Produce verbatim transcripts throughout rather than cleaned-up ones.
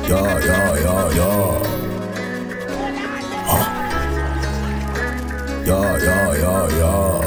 Yo, yo, yo, yo. Huh. Yo, yo, yo, yo.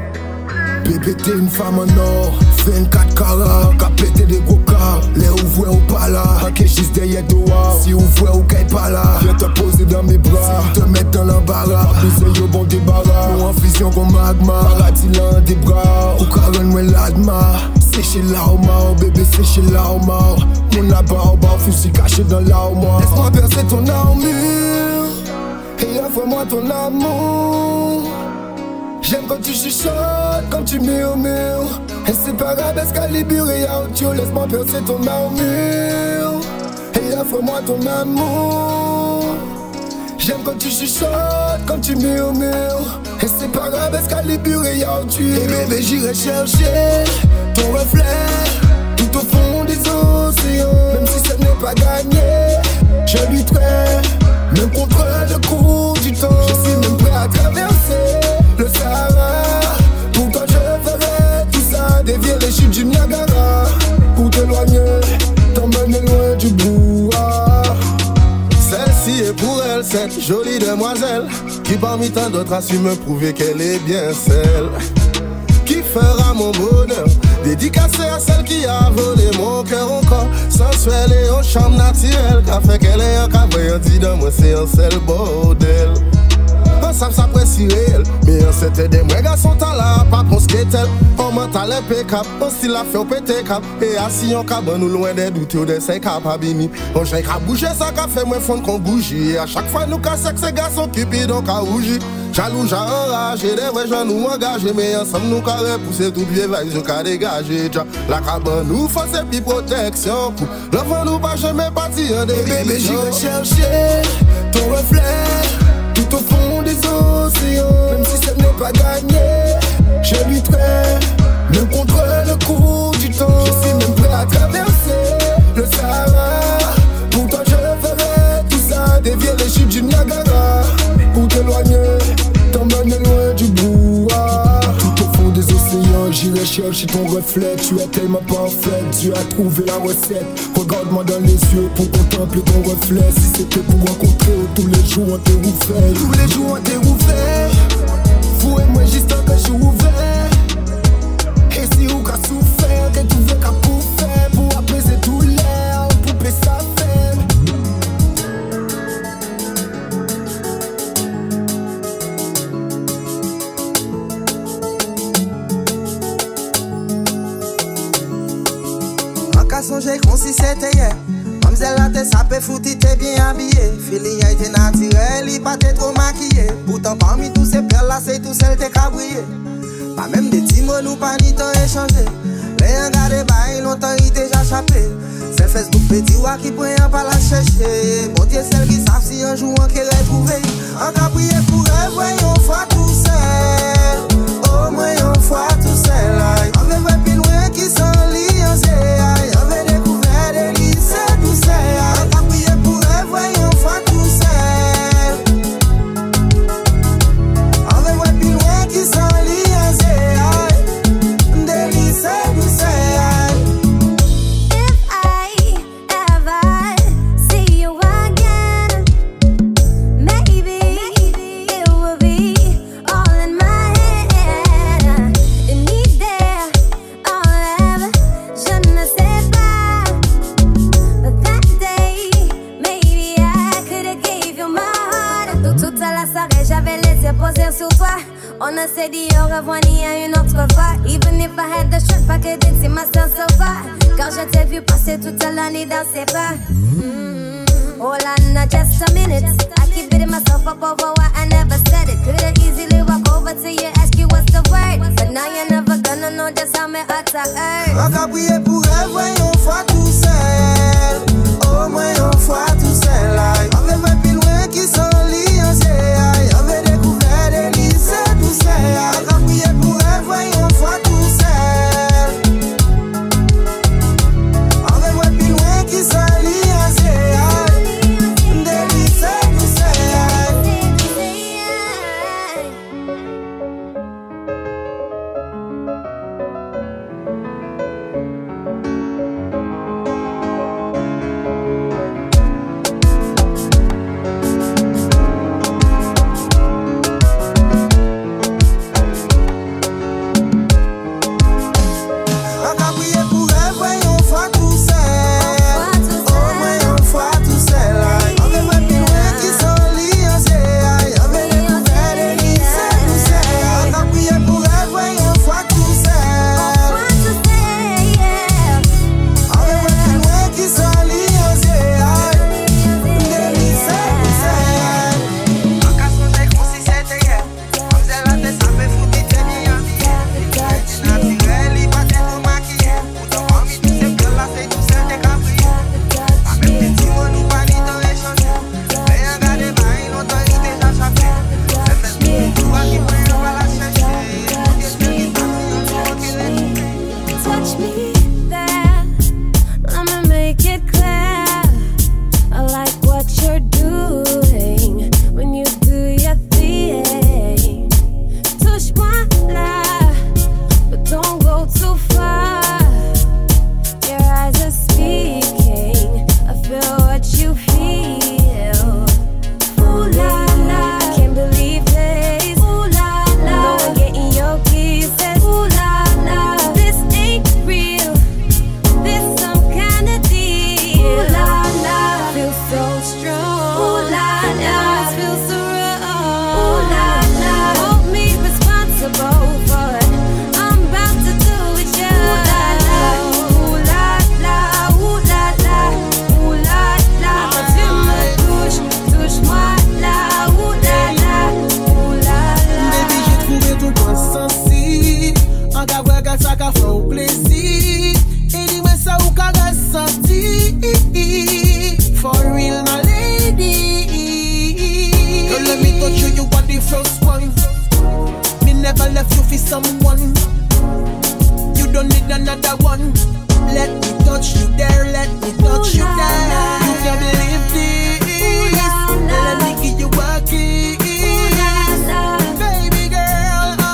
Bébé t'es une femme en or, vingt-quatre carats, qu'a pété des gros cas. Les ouvre ou pas là, un kéchis derrière toi. Si ouvre ou qu'elle pas là, viens te poser dans mes bras, si te mettre dans l'embarras. Plus au bon débarras, nous en fusion comme magma. Paradis l'un des bras, ou Karen moi l'adma. Séché l'arma, bébé séché l'arma. Mon abat au bas, fusil caché dans l'armoire. Laisse-moi percer ton armure, et offre-moi ton amour. J'aime quand tu chuchotes, quand tu murmures. Et c'est pas grave, Excalibur et Yautio. Laisse-moi percer ton armure, et offre-moi ton amour. J'aime quand tu chuchotes, quand tu murmures. Et c'est pas grave, Excalibur et Yautio. Et bébé j'irai chercher ton reflet tout au fond des océans. Même si ce n'est pas gagné, je lutterai, même contre le cours du temps. Je suis même prêt à traverser le Sahara. Pour toi je ferai tout ça, dévier les chutes du Niagara. Pour t'éloigner, t'emmener loin du brouhaha. Celle-ci est pour elle, cette jolie demoiselle qui parmi tant d'autres a su me prouver qu'elle est bien celle qui fera mon bonheur. Dédicacé à celle qui a volé mon cœur encore. Sensuelle et en charme naturel, qu'a fait qu'elle est un cavalier dit dans moi c'est un seul bordel. Ça s'apprécie réel, mais en c'était des moi garçons t'as là, pas qu'on skate-elle. On mental impeccable, on style la fait au pété cap. Et assis en cabane ou loin des doutes ou des cinq capabini. On j'ai qu'à bouger ça qu'a fait moi fond qu'on bougie. Et à chaque fois nous casse que ces garçons cupides donc à rougir. Jaloux j'ai enragé, des vrais gens nous engagés. Mais ensemble nous qu'à repousser tout pied vague, nous qu'à dégager. La cabane nous force et puis protection. L'enfant nous pas jamais parti en dérision. Bébé j'irai chercher ton reflet tout au fond des océans. Même si ce n'est pas gagné, je lutterai, même contre le cours du temps. Je suis même prêt à traverser le Sahara. Pour toi je ferai tout ça, dévier les chutes du Niagara. Pour t'éloigner, t'emmener loin du brouhaha. Tout au fond des océans, j'irai chercher ton reflet. Tu es tellement parfait, tu as trouvé la recette. Regarde-moi dans les yeux pour contempler ton reflet. Si c'était pour rencontrer tous les jours on t'est ouvert. Tous les jours on t'est ouvert. Vous et moi juste un que je ouvert. Et si ou qu'a souffert, t'es tout qu'à pour faire. Pour apaiser tout l'air, pour payer sa peine. Songer comme si c'était hier. Mamzelle la tête sapé fouti, t'es bien habillé. Feeling a été naturel, il pas t'es trop maquillé. Pourtant parmi tous ces perles là, c'est tout celle t'es cabrié. Pas même des petits mots, nous pas ni temps échangé. Les regardez bail, longtemps il déjà chapé. C'est Facebook petit wa qui prend un pas la chercher. Bon Dieu, celle qui savent si un jour on qu'est retrouvé. On a prié pour elle, voyons fois tout seul. Au moins une fois tout seul. On veut voir plus loin qui sont liés. On veut découvrir des lycées tout seul. On a prié pour elle, voyons fois tout seul. On veut voir plus loin qui sont liés. Des lycées tout seul. Sur toi, on a s'est dit au revoir ni à une autre fois. Even if I had the strength, I couldn't see myself so far. Car je t'ai vu passer toute l'année dans ses bras. Mm-hmm. Hold on, not just a minute. I keep beating myself up over what I never said it. Could've easily walk over to you, ask you what's the word. But now you're never gonna know just how my heart I hurt. On a prié pour elle, voyons fois tout seul. Au moins une fois tout seul. On veut voir plus loin qui sont liés. On veut découvrir des lycées tout seul. On a prié pour elle, voyons fois tout seul. On veut voir plus loin qui sont liés. Des lycées tout seul. someone. You don't need another one. Let me touch you there, let me touch you there. You can believe this. Let me give you a kiss. Baby girl, oh.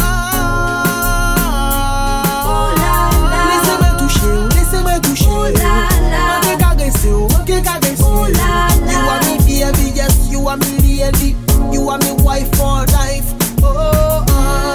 Laissez-moi toucher, laissez-moi toucher. Manque caresser, manque caresser. You are me baby, yes, you are me lady. You are me wife for life. Oh, oh.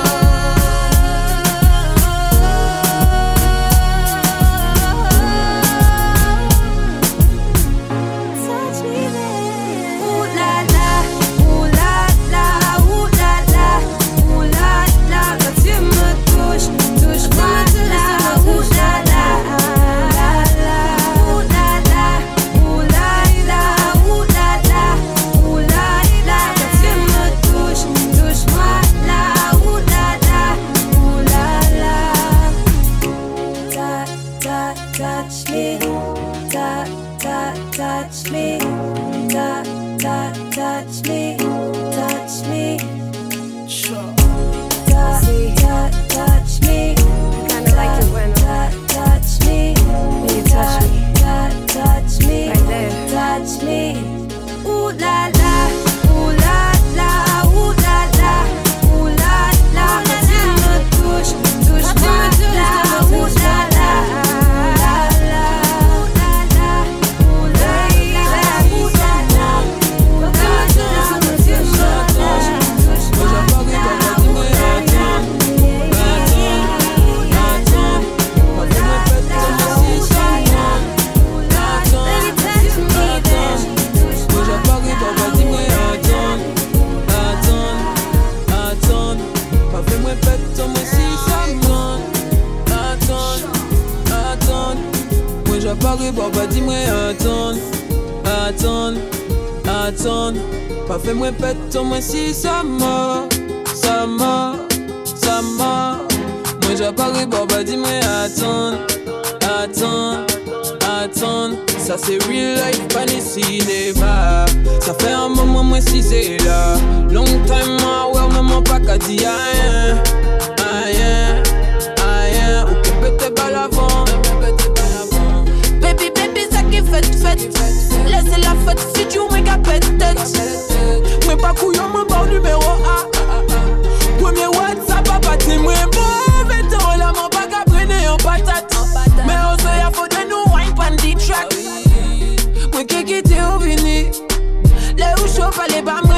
Fais-moi pète, moi si ça m'a, ça m'a, ça m'a. Moi j'apparais, bah dis-moi attends, attends, attends. Ça c'est real life, pas ni cinéma. Ça fait un moment, moi si c'est là. Long time, moi, ouais, maman pas qu'à dire rien, rien, rien. Ou que peut-être pas l'avant, baby, baby, ça qui fait, fait. Laissez la fête, si tu m'es qu'à pète. Moi pas couillon, mon bon numéro A. Premier WhatsApp, papa, t'es moi mauvais temps. Là, mon pas qu'à prendre en patate. Mais on se y'a faut de nous wine pan the track. Moi qui quitte au vini. Les où chaud, pas les bas, moi.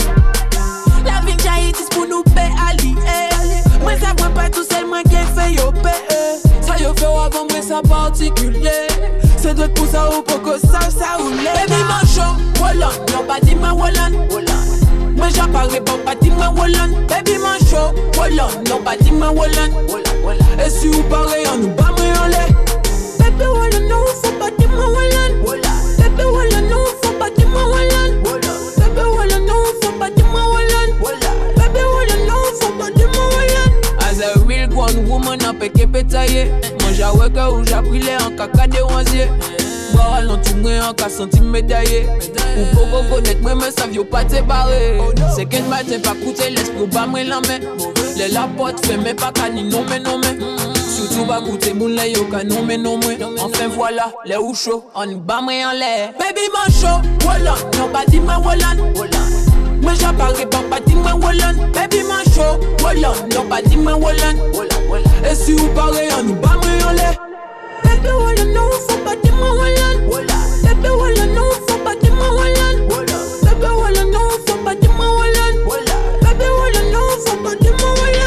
La ville d'Haïti, pour nous payer alliés. Moi, ça prend pas tout seul, moi qui fait yo payer. Ça yo fait avant, moi, ça particulier. C'est d'autres pour ça ou pour que ça, ça ou les. Baby, mon show, Wallan, non pas dis moi Wallan. Moi j'apparais bon, pas dis moi Wallan. Baby, mon show, Wallan, non pas dis moi Wallan. Et si vous parlez, on nous bat, moi on l'est. Baby, Wallan, non, faut pas dire moi Wallan. Baby, Wallan, non, faut pas dire moi Wallan. Baby, Wallan, non, faut pas dire moi Wallan. Baby, Wallan, non, faut pas dire moi Wallan. As a real grown woman, on peut que pétailler. J'avoue que où j'ai pris les en caca de onzier. Moi, allons tout moi en cas senti médaillé. Ou pour reconnaître moi, mais ça vient pas te barrer. C'est qu'un matin pas coûter l'esprit, pas moi la main. Les la porte fait mais pas qu'à ni non mais non mais. Surtout pas coûter mon lait, yo qu'à non mais non mais. Enfin voilà, les ou chaud, on bat moi en l'air. Baby, mon show, voilà, non pas dit moi voilà. Moi j'apparais pas, pas dit moi voilà. Baby, mon show, voilà, non pas dit moi voilà. Et si vous parlez, on nous bat moi en l'air. Baby, voilà, non, faut pas dire moi voilà. Baby, voilà, non, faut pas dire moi voilà. Baby, voilà, non, faut pas dire moi voilà. Baby, voilà, non, faut pas dire moi voilà.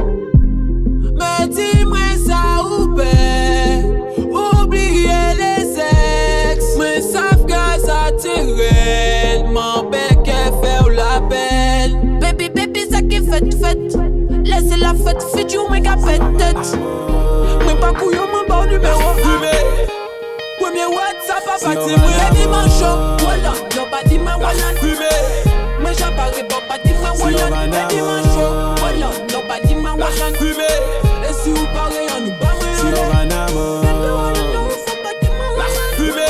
Mais dis-moi ça ou ben, oubliez les sexes. Mais savent que ça t'est mon bec est fait ou la belle. Baby, baby, ça qui fait, fait. Laissez la fête, fit you make a fait tête. Moi pas couillon, mon bon numéro fumé. Premier WhatsApp, papa, t'es moi. Baby, mon show, voilà, non pas dis moi voilà. Fumé. Moi j'apparais pas, pas dis moi voilà. Baby, mon show, voilà, non pas dis moi voilà. Fumé. Et si vous parlez, on nous bat, moi on est. Fumé.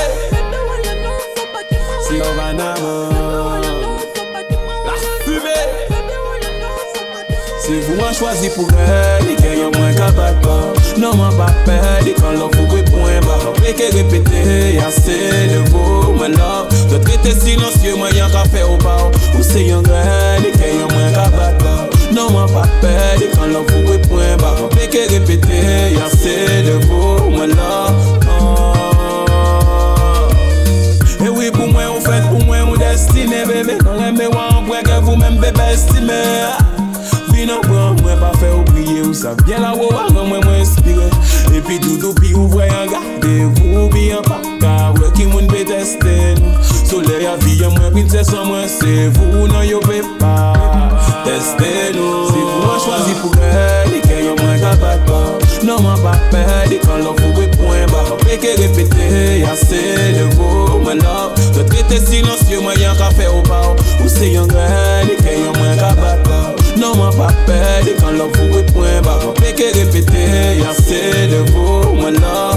Fumé. vous m'en choisi pour elle, et qu'il y a moins qu'à battre. Non, m'a pas peur, et quand l'on vous point bas. Et que répéter, assez de vous, my love. De traiter silencieux, moi y'en qu'à faire au bas. Ou c'est y'en graine, et qu'il y a moins qu'à battre. Non, m'a pas peur, et quand l'on vous point bas. Et que répéter, assez de vous, my love. Et oui, pour moi, on fait pour moi, on destiné, bébé. Quand on aime, on voit que vous-même, bébé, estimé. Vie non bon, moi, pas fait oublier où ça vient là, où on moi, moi, inspiré. Et puis, tout, tout, puis, ouvrez, regardez-vous bien, pas car, ouais, qui moun peut tester nous. Soleil à vie, moi, princesse, moi, c'est vous, non, yo, pas tester nous. C'est vous, on choisit pour elle, et qu'il y a moins qu'à battre. Non, m'a pas peur, et quand l'on vous point bas. Et que répéter, assez de vous, my love. De traiter silencieux, moi, y'en qu'à faire au bas. Ou c'est y'en graine, et qu'il y a moins qu'à battre. Non, m'a pas peur, et quand l'on vous point bas. Et que répéter, assez de vous, my love.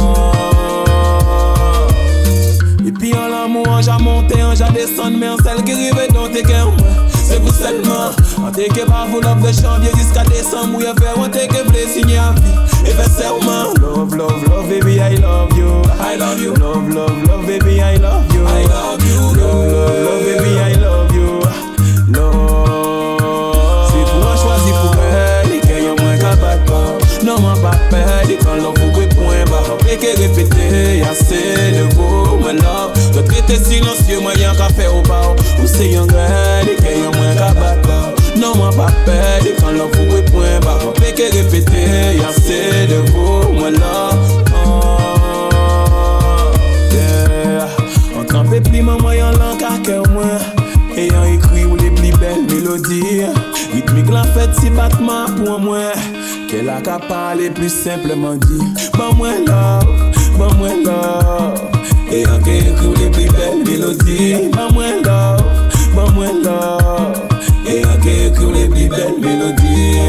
Et puis en l'amour, j'ai monté, j'ai descendu, mais en celle qui rêve dans tes cœurs, c'est vous seulement. En t'es que pas vous love de janvier jusqu'à décembre, où y'a fait, on t'es que voulez signer à vie. Et fait serment. Love, love, love, baby, I love you. I love you. Love, love, love, baby, I love you. I love you. Love, love, love, baby, I love you. Love. C'est pour moi choisi pour elle, et qu'il y a moins qu'à battre. Non, m'a pas peur, et quand l'on vous point bas. Et que répéter, assez de vous, my love. De traiter silencieux, moi y'en qu'à faire au bas. Ou c'est y'en graine, et qu'il y a moins qu'à battre. Non, m'a pas peur, et quand l'on vous point bas. Et que répéter, assez de vous, my love. Oh, yeah. On trempait plus, maman y'en l'en qu'à cœur, moi. Et y'en écrit ou les plus belles mélodies. Rythmique la fête si battement pour moi. Qu'elle a qu'à parler plus simplement dit. Bon moi love, bon moi love. Et y'en qui écrit ou les plus belles mélodies. Bon moi love, bon moi love. Et y'en qui écrit ou les plus belles mélodies.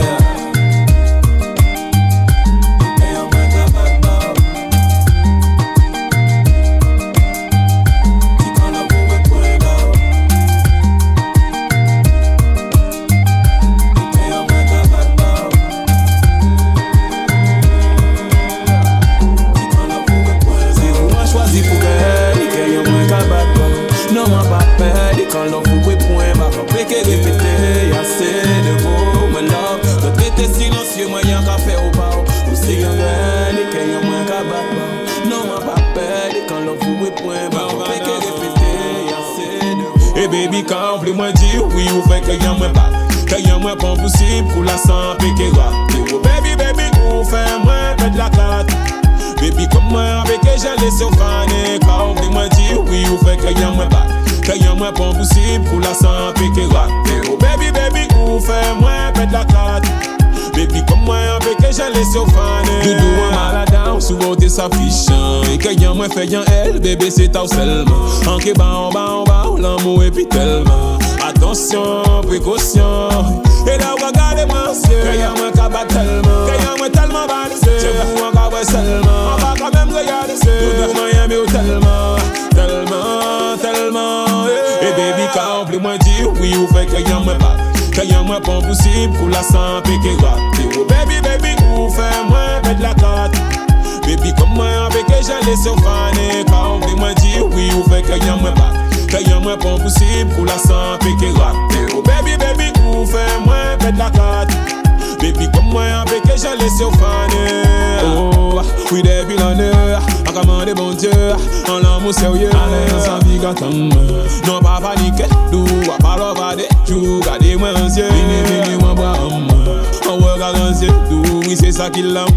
Quand l'on vous point bas, fait que répéter, assez de vous, my love. De traiter silencieux, moi y'en qu'à faire au bas. Ou c'est y'en graine, et qu'il y a moins qu'à battre. Non, m'a pas peur, et quand l'on vous point bas, fait que répéter, assez de vous. Et baby, quand vous moi dire oui, ou fait qu'il y a moins pas. Qu'il y a moins pas possible pour la santé qui va. Baby, baby, ou fait moins pète la carte. Baby, comme moi, avec que j'allais sur faner. Quand vous moi dire oui, ou fait qu'il y a moins pas. Qu'il y a moins pas possible pour la santé qui rate. Oh baby, baby, ou fait moins pète la carte. Baby, comme moi, avec que j'allais sur faner. Doudou en maladam, souvent t'es s'affichant. Et qu'il y a moins fait y'en elle, bébé, c'est ta seulement. En que bas, en bas, en bas, l'amour est puis tellement. Attention, précaution. Et là, regardez-moi, qu'il y a moins qu'à battre tellement. Qu'il y a moins tellement balisé. Je vous encore ouais seulement. On va quand même regarder ça. Doudou, moi, y'aime eu tellement. Tellement, tellement. Et baby, quand plus moi dire oui, ou fait qu'il y a moins pas. Qu'il y a moins pas possible pour la santé qui rate. Oh baby, baby, ou fait moins pète la carte. Baby, comme moi, avec que j'allais sur faner. Quand plus moi dire oui, ou fait qu'il y a moins pas. Qu'il y a moins pas possible pour la santé qui rate. Oh baby, baby, ou fait moins pète la carte. Baby, comme moi, avec que j'allais sur faner. Oh, oui, depuis l'année, à commander bon Dieu, en l'amour sérieux, allez, on s'en vit gâtant. Non, pas paniquer, nous, à pas l'ovader, tu gardez-moi un ciel, vini, vini, moi, bras, on regarde un ciel, tout, oui, c'est ça qui l'amour,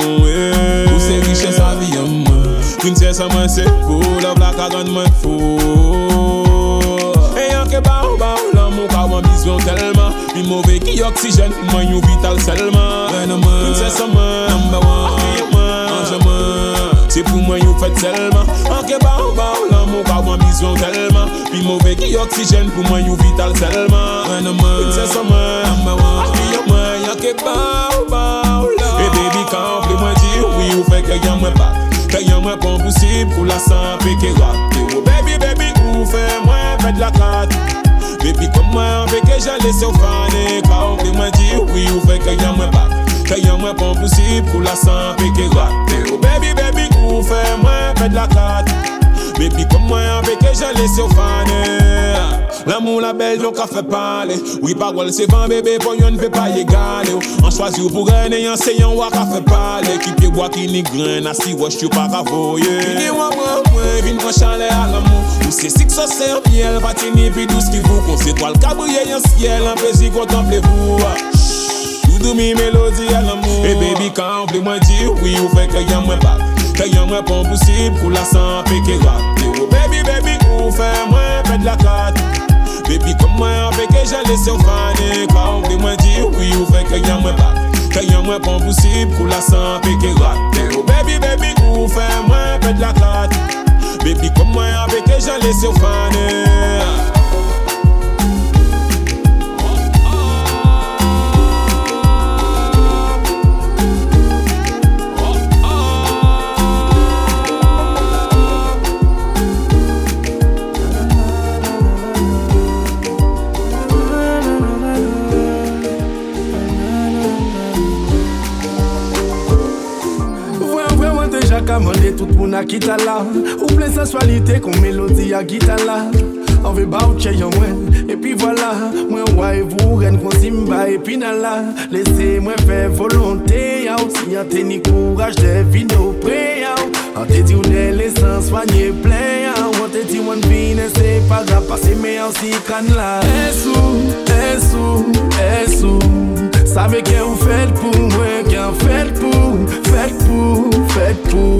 où c'est richesse à vie, princesse à moi, c'est fou, love la cagane, moi, fou. Et en que bah, bah, l'amour, car moi, besoin tellement, une mauvaise qui oxygène, moi, you vital seulement, princesse à moi, number one, ange moi. C'est pour moi you fait seulement. En que bah ou bah ou l'amour car moi besoin tellement. Puis mauvais qui oxygène pour moi you vital seulement. Princesse moi, puis moi y'a que bah ou bah ou là. Et baby quand plus moi dire oui ou fait que y'a moi pas. Que y'a moi pas possible pour la santé qui rate. Oh baby baby ou fait moi fait de la carte. Baby comme moi avec que j'allais sur faner. Quand on me dit oui ou fait que y'a moins pas. Que y'a moins pas possible pour la santé qui rate. Oh baby baby ou fait moins fait de la carte. Baby comme moi avec que je laisse au fan. L'amour la belle donc a fait parler. Oui parole c'est vent bébé pour yon ne fait pas égaler. En choisi pour un et enseignant ou a fait parler. Qui peut boire qui ni grain à si wesh tu pas ravoyer. Dis moi moi moi vin moi chalet à l'amour. Ou c'est six so c'est miel patini puis tout ce qui vous qu'on s'étoile cabrier en ciel en plaisir contemplez-vous. Tout doux mi mélodie à l'amour. Et baby quand on moi dire oui ou fait que y'a moins pas. Que y'a moins pas possible pour la santé qui rate. Oh baby baby ou fait moins fait de la carte. Baby comme moi avec que j'ai laissé au fan. Quand on moi dire oui ou fait que y'a moins pas. Que y'a moins pas possible pour la santé qui rate. Oh baby baby ou fait moins fait de la carte. Baby comme moi avec que j'ai laissé au fan. Commandé tout le monde à quitter là. Ou plein sensualité qu'on mélodie à quitter là. On veut pas ou tchè yon moi. Et puis voilà, moi ouais vous ren kon simba et puis là. Laissez-moi faire volonté. Y'a aussi un tennis courage de vino pré. On te dit on est l'essence soigné plein. On te dit on vine c'est pas grave passer mais aussi can là. Esou, esou, esou. Savez que vous faites pour moi, qu'en faites pour, faites pour, faites pour.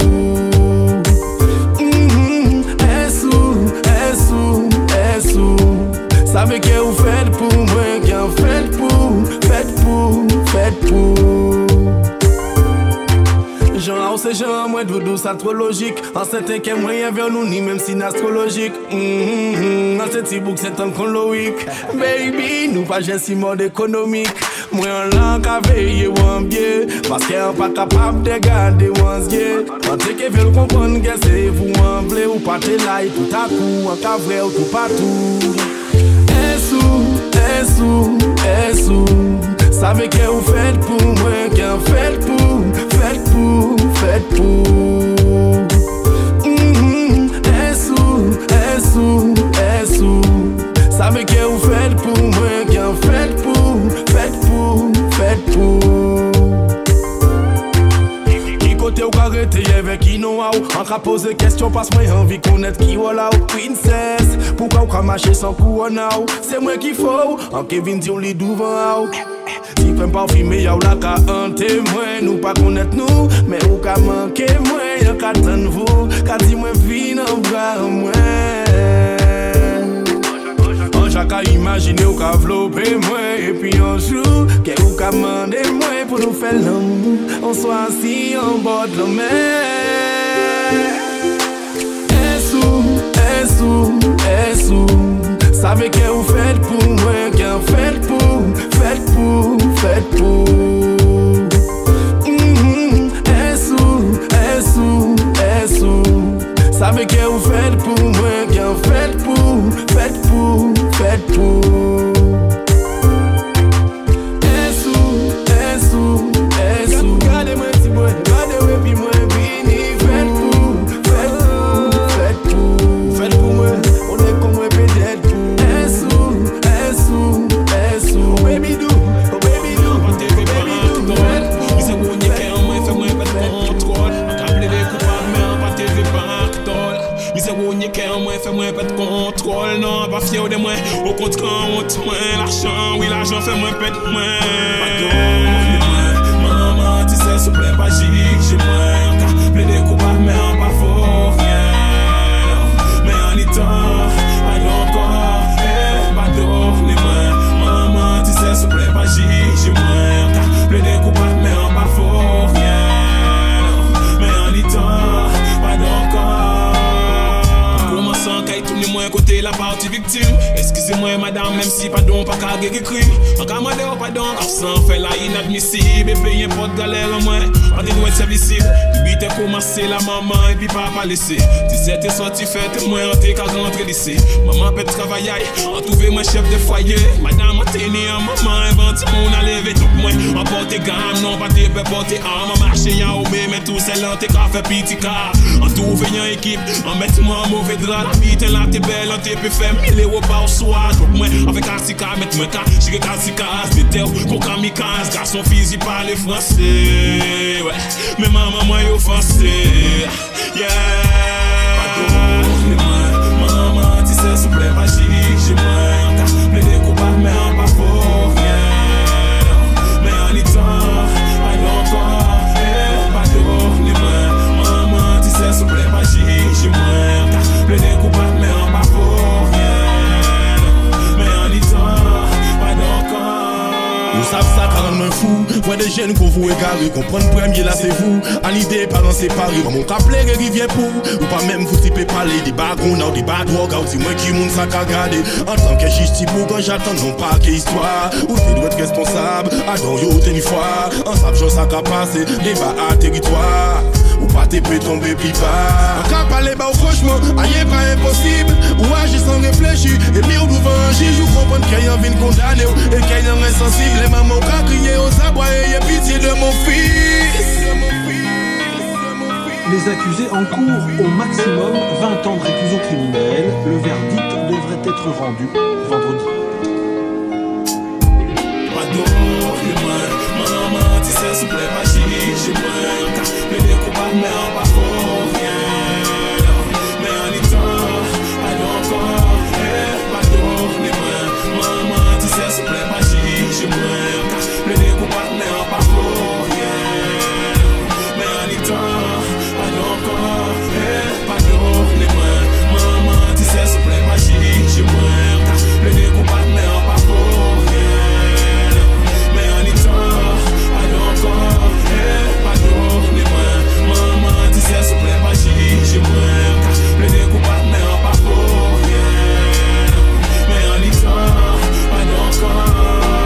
Mm-hmm. Esou, esou, esou. Savez que vous faites pour moi, qu'en faites pour, faites pour, faites pour. Genre, c'est genre, moi, doudou, ça trop logique. En certain qu'un moyen vers nous, ni même si astrologique. Mm-hmm. En cette book, c'est un chronologique. Baby, nous pas j'ai si mode économique. Moi, on l'a qu'à veiller ou en biais. Parce qu'on pas capable de garder ou en zye. En ce que veulent comprendre que c'est vous en blé ou pas te like tout à coup, en cavré ou tout partout. Esou, esou, esou. Savez que vous faites pour moi, qu'en faites pour, faites pour, faites pour. Mm-hmm. Esou, esou, esou. Savez que vous faites pour moi, qu'en faites pour, faites pour, faites pour. Qui côté ou arrêté avec qui non ou. En cas poser question passe moi envie connaître qui ou là ou. Princess, pourquoi ou ka marcher sans couronne ou. C'est moi qui faut, en Kevin dit on lit devant ou. Si femme pas filmer y'a ou la ka un témoin. Nous pas connaître nous, mais ou ka manquer moi. Y'a ka t'en vous, ka dit moi vine en bras moi. Chacun imagine ou ka vlopé moi. Et puis un jour, que ou ka mande moi. Pour nous faire l'amour, on soit assis en bord de la mer. Esou, esou, esou. Savez que vous faites pour moi, qu'en faites pour, faites pour, faites pour. Mm-hmm. Esou, esou, esou. Savez que vous faites pour moi, qu'en faites pour, faites pour, faites pour. Esou, esou, esou. Gardez-moi si moi, gardez-moi puis moi vini. Faites pour, faites pour, faites pour. Faites pour moi, on est comme moi peut-être pour. Esou, esou, esou. Baby do, oh baby do, oh baby do. Ils sont bons ni qu'un moins, fais moins pas de contrôle. On t'a appelé des coupables mais on va te faire tol. Ils sont bons ni qu'un moins, fais moins pas de contrôle. Non, pas fier de moi, au contraire on te moins l'argent. Oui l'argent fait moins pète moins. Maman, tu sais, s'il te plaît, pas gigue, j'ai moins. On t'a appelé des coupables mais on pas faux rien. Mais en étant, pas d'encore, eh, pas d'or, les mains. Maman, tu sais, s'il te plaît, pas gigue, j'ai moins. On t'a appelé des coupables mais on pas faux rien. Mais en étant, pas d'encore. Commençant qu'à tout le moins côté la partie victime. Excusez-moi madame, même si pardon pas qu'à guérir crime. En cas moi de pardon, absent fait la inadmissible. Et payer un pot de galère en moins, en des doigts servicibles. Puis t'es commencé la maman et puis papa laissé. Tu sais t'es sorti fait, moi en t'es qu'à rentrer lycée. Maman peut travailler, en trouver moi chef de foyer. Madame a tenu en maman, invente mon a levé. Donc moi, en porte gamme, non pas t'es pas porter arme. En marché y'a oubé, mais tout c'est là t'es qu'à faire petit car. En trouver une équipe, en mettre moi un mauvais drap. La vie t'es là t'es belle, en t'es peut faire mille euros par soir. Donc moi, avec Asika, mettre moi car, j'ai Asika, des terres, qu'on kamikaze. Garçon physique parle français, ouais. Mais maman moi y'a offensé, yeah. Maman, tu sais, s'il vous plaît, pas j'ai moins qu'à plaider coupable, mais en pas pour rien. Mais en étant, pas encore, pardonnez-moi. Maman, tu sais, s'il vous plaît, pas j'ai moins qu'à plaider coupable, mais en pas pour rien. Mais en étant, pas encore. Nous savons ça car on est fou. Moi des jeunes qu'on vous égarez, qu'on prend le premier là c'est vous. En idée parents séparés, mon caplé rivière pour. Ou pas même vous typez parler des background ou des bad work out. Si moi qui moun ça qu'a gardé. En tant que juge typo quand j'attends non pas que histoire. Ou tu dois être responsable, adon yo t'es ni fois. En savant ça qu'a passé, débat à territoire. Ou pas t'es peut tomber plus bas. En cas parler bas franchement, aïe pas impossible. Ou agir sans réfléchir. Et mieux devant un juge, vous comprenez qu'il y a une condamné et qu'il y a un insensible. Les mamans qui crié aux abois et ayez pitié de mon fils. Les accusés encourent au maximum vingt ans de réclusion criminelle. Le verdict devrait être rendu vendredi. Pardonnez-moi, maman, tu sais, s'il vous plaît, pas j'ai moins qu'à plaider coupable, mais en pas pour rien. Mais en étant, pas encore, pardonnez-moi, maman, tu sais, s'il vous plaît, pas j'ai moins qu'à plaider coupable, mais en pas pour rien. Mais en étant, pas encore, pardonnez-moi, maman, tu sais, s'il vous plaît, pas j'ai moins qu'à plaider coupable, mais en pas pour rien. Mais en étant, pas encore, pardonnez-moi, maman, tu sais, s'il vous plaît, pas j'ai moins qu'à plaider coupable, mais en pas pour rien. Mais en étant, pas encore.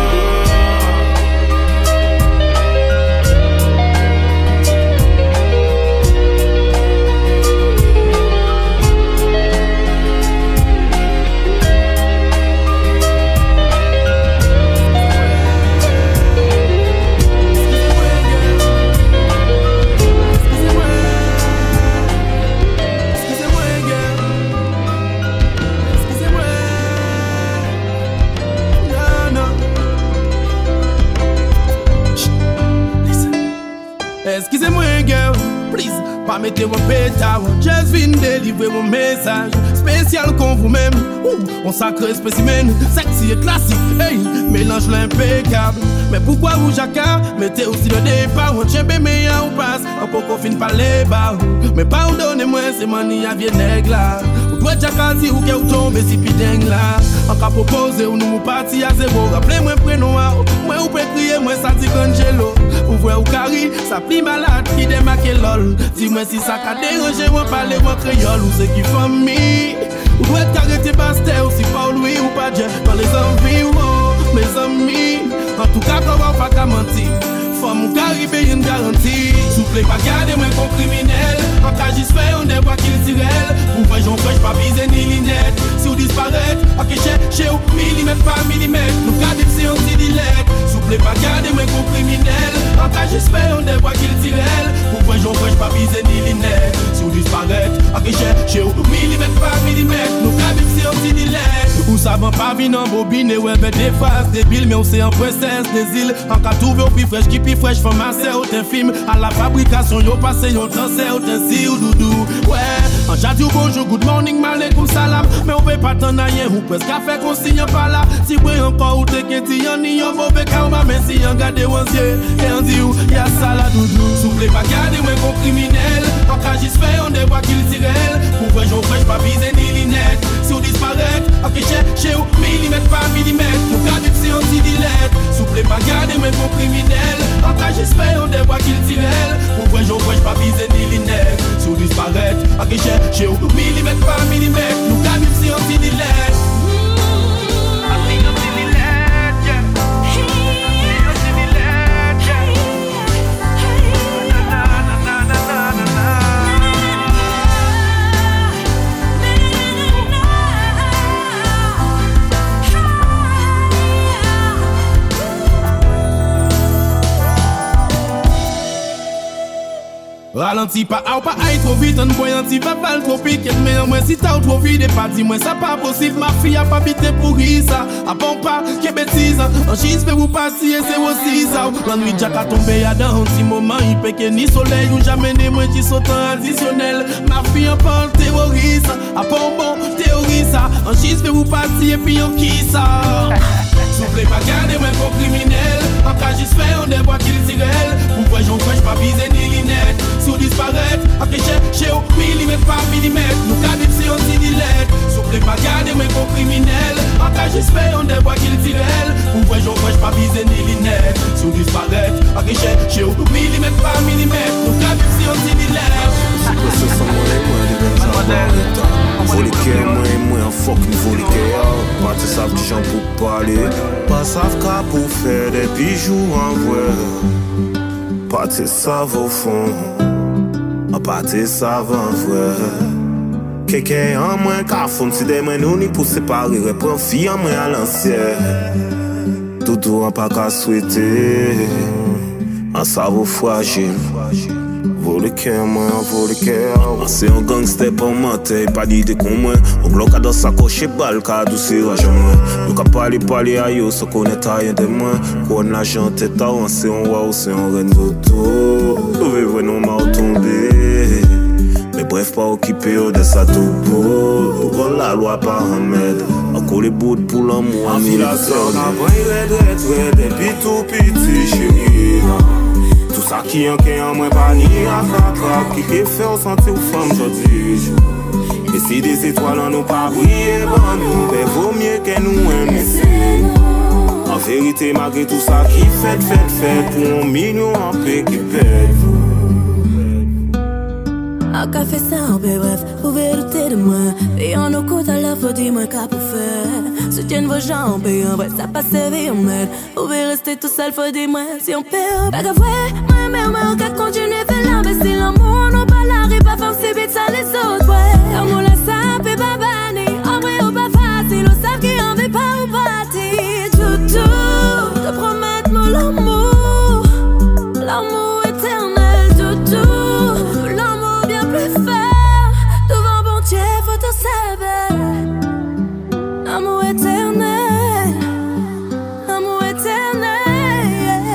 Excusez-moi, girl, please, pas mettez mon pétard. Just viens délivrer mon message spécial con vous-même. Ouh, on sacré spécimen, sexy et classique, hey, mélange l'impeccable. Mais pourquoi vous jacquard? Mettez aussi le départ. On tient meilleur ou passe, on peut qu'on finisse par les bars. Mais pardonnez-moi, c'est mani à vieux nègre là. Ou doit jacquard si ou que ou tombe si pideng là. En cas proposé ou nous parti à zéro. Rappelez-moi prénom à moi ou peut crier, moi ça dit Angelo. Ou voyez ou cari, ça plie malade qui démarque lol. Dis-moi si ça qu'a dérangé, moi parler moi créole ou c'est qui famille. Ou doit être arrêté pasteur, si Paul Louis ou pas Dieu. Dans les envies, oh, mes amis. En tout cas, comment pas qu'à mentir. Femme ou caribé une garantie. Soufflez pas garder moi comme criminel. En cas j'y fais, on ne voit qu'il tire. Vous voyez, j'en fais, pas viser ni linette. Si vous disparaît, ok, chez, chez vous, millimètre par millimètre. Nous gardez si on dit dilette. Soufflez pas garder moi comme criminel. En cas j'y fais, on ne voit qu'il tire. Vous voyez, j'en fais, pas viser ni linette. Si vous disparaît, ok, chez, chez vous, millimètre par millimètre. Nous gardez si on dit dilette. Ou savant pas vin en bobine, ouais, ben des phases débiles, mais on sait en princesse des îles. En cas trouvé au plus fraîche qui plus fraîche, femme à serre, t'es film. À la fabrication, yo passé, yo transfert, t'es si ou doudou. Ouais, en jadou bonjour, good morning, malekoum salam. Mais on peut pas t'en aïe, ou presque à faire qu'on signe pas là. Si vous encore ou t'es qu'est-ce y'en ni y'en mauvais karma, mais si y'en gade ou yeux, et on dit ou y'a ça là doudou. Soufflez pas garder, ouais, qu'on criminel. En cas j'y fais, on ne voit qu'il tire. Pour vrai, j'en fraîche, pas viser ni linette. Si on disparaît, ok, chez vous, millimètre par millimètre. Nous gardez si on dit dilette. Soufflez pas garder, mais qu'on criminel. En cas j'espère, on ne voit qu'il tire. Pour vrai, j'en fraîche, pas viser ni linette. Si on disparaît, ok, chez vous, millimètre par millimètre. Nous gardez si on dit dilette. Ralenti pas ou pas aille trop vite, on voyanti va pas trop pique. Mais moi si t'as trop vite, pas dis-moi ça pas possible. Ma fille a pas bité pour ça. A bon pas, que bêtise. En chise fait vous passer, c'est aussi ça. L'ennui Jack a tombé à dans un petit moment. Il peut que ni soleil ou jamais ni moi qui saute additionnel. Ma fille en parle terroriste. A bon bon, théorise ça. En chise fait vous passer et puis on qui ça. Soufflez pas garder moi pour criminel. En cas juste fait on dévoile qu'il tire elle. Pourquoi j'en fais pas viser ni linette. Sous disparaître, après chez au millimètre par millimètre. Nous cadets si on dit dilette. Soufflez pas garder moi pour criminel. En cas juste fait on dévoile qu'il tire elle. Pourquoi j'en fais pas viser ni linette. Sous disparaître, après chez au millimètre par millimètre. Nous cadets si on dit dilette. C'est ça mon école de Benjamin. Faut les cœurs, moi et moi, fuck niveau les cœurs. Pas te savent des gens pour parler. Pas savent qu'à pour faire des bijoux en vrai. Pas te savent au fond. Pas te savent en vrai. Quelqu'un en moins qu'à fond, si des mains nous ni pour séparer. Reprends fille en moins à l'ancienne. Tout en pas qu'à souhaiter. En savent fragile. Vaut le cœur, moi, vaut le cœur. C'est un gangster pour mentir, pas d'idée qu'on moi. On bloque dans sa coche et balle, car douceur à jamais. Nous qu'à parler, parler à yo, se connaît à rien de moi. Qu'on a chanté, t'as c'est un wow, c'est un reine d'auto. Nous vivons non mal tomber. Mais bref, pas occupé de sa topo. Nous la loi par un mètre. Encore les bouts pour l'amour, à mille à cent. On a red, red, red, depuis tout petit, chérie. Tout ça qui en qu'est en moins pas ni à frapper. Qui peut faire sentir aux femmes aujourd'hui. Et si des étoiles en nous pas briller, bon nous, ben vaut mieux que nous un. En vérité, malgré tout ça qui fait, fait, fait, pour un million en paix qui pète. A café ça, bref, vous vérité de moi. Et en nos côtes à la fois, dis-moi qu'à pour faire. Soutienne vos jambes, et en vrai, ça passe vie en mer. Vous pouvez rester tout seul, faut dis-moi si on perd. Pas de vrai, moi, mais on va continuer faire l'imbécile. L'amour, non pas l'arrive, pas faire si vite ça les autres, ouais. L'amour, la sape et pas banni. En vrai, ou pas facile, on savent qui en veut pas ou partir. Tout, tout, te promettre mon l'amour. L'amour éternel, tout, tout. L'amour bien plus fort. Devant bon Dieu, faut te savoir. Amour éternel, amour éternel,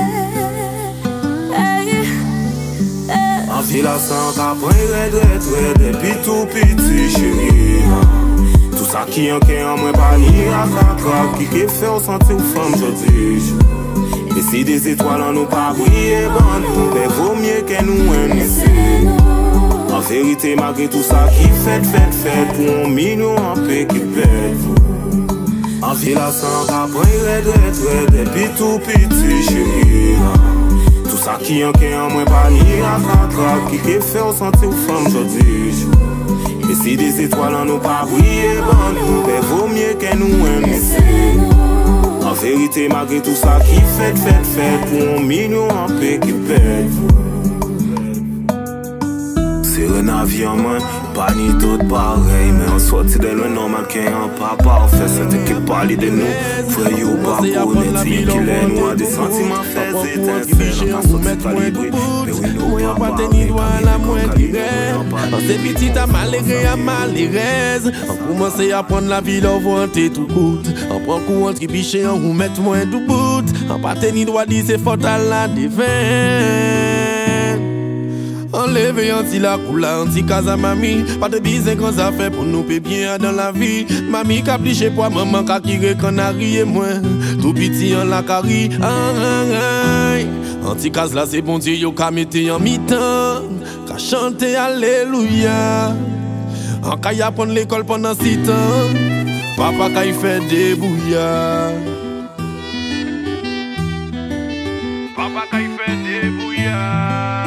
yeah. Hey, hey. En ville à cent après red, red, red, depuis tout petit chérie. Tout ça qui en qu'est en moins pas ni à frapper. Qui peut faire sentir aux femmes aujourd'hui. Et si des étoiles en nous pas briller, bon nous, ben vaut mieux que nous un. En vérité, malgré tout ça qui fait, fait, fait, pour un million en paix qui pète. En ville à cent après red, red, red, depuis tout petit chérie. Tout ça qui en qu'est en moins pas ni à frapper. Qui peut faire sentir aux femmes aujourd'hui. Et si des étoiles en nous pas briller, bon nous, ben vaut mieux que nous un. En vérité, malgré tout ça qui fait, fait, fait, pour un million en paix qui pète. C'est un avion, man, pas ni tout pareil. Mais en sorti de le normal qu'il y a un pas parfait. C'était qui parlait de nous, frère, you pas pour nous dire qu'il est noir. Des sentiments faits étincelles. On a sorti pas les bruits, mais oui, nous pas parler. On s'est petit à malheureux à malheureuse. On commence à prendre la ville au vanté tout coûte. On prend courant qui biche on vous met moins de bout. On pas tenir droit dire c'est faute à la défaite. Enlève anti la coula, anti casa mami. Pas de business qu'on ça fait pour nous payer bien dans la vie. Mami qu'a pli chez moi, maman qu'a tiré canari et moi. Tout petit en la cari. Anti casa là c'est bon Dieu yo qu'a mette en mi-temps. Qu'a chanter alléluia. En qu'a y apprendre l'école pendant six ans. Papa qu'a y fait des bouillards. Papa qu'a y fait des bouillards.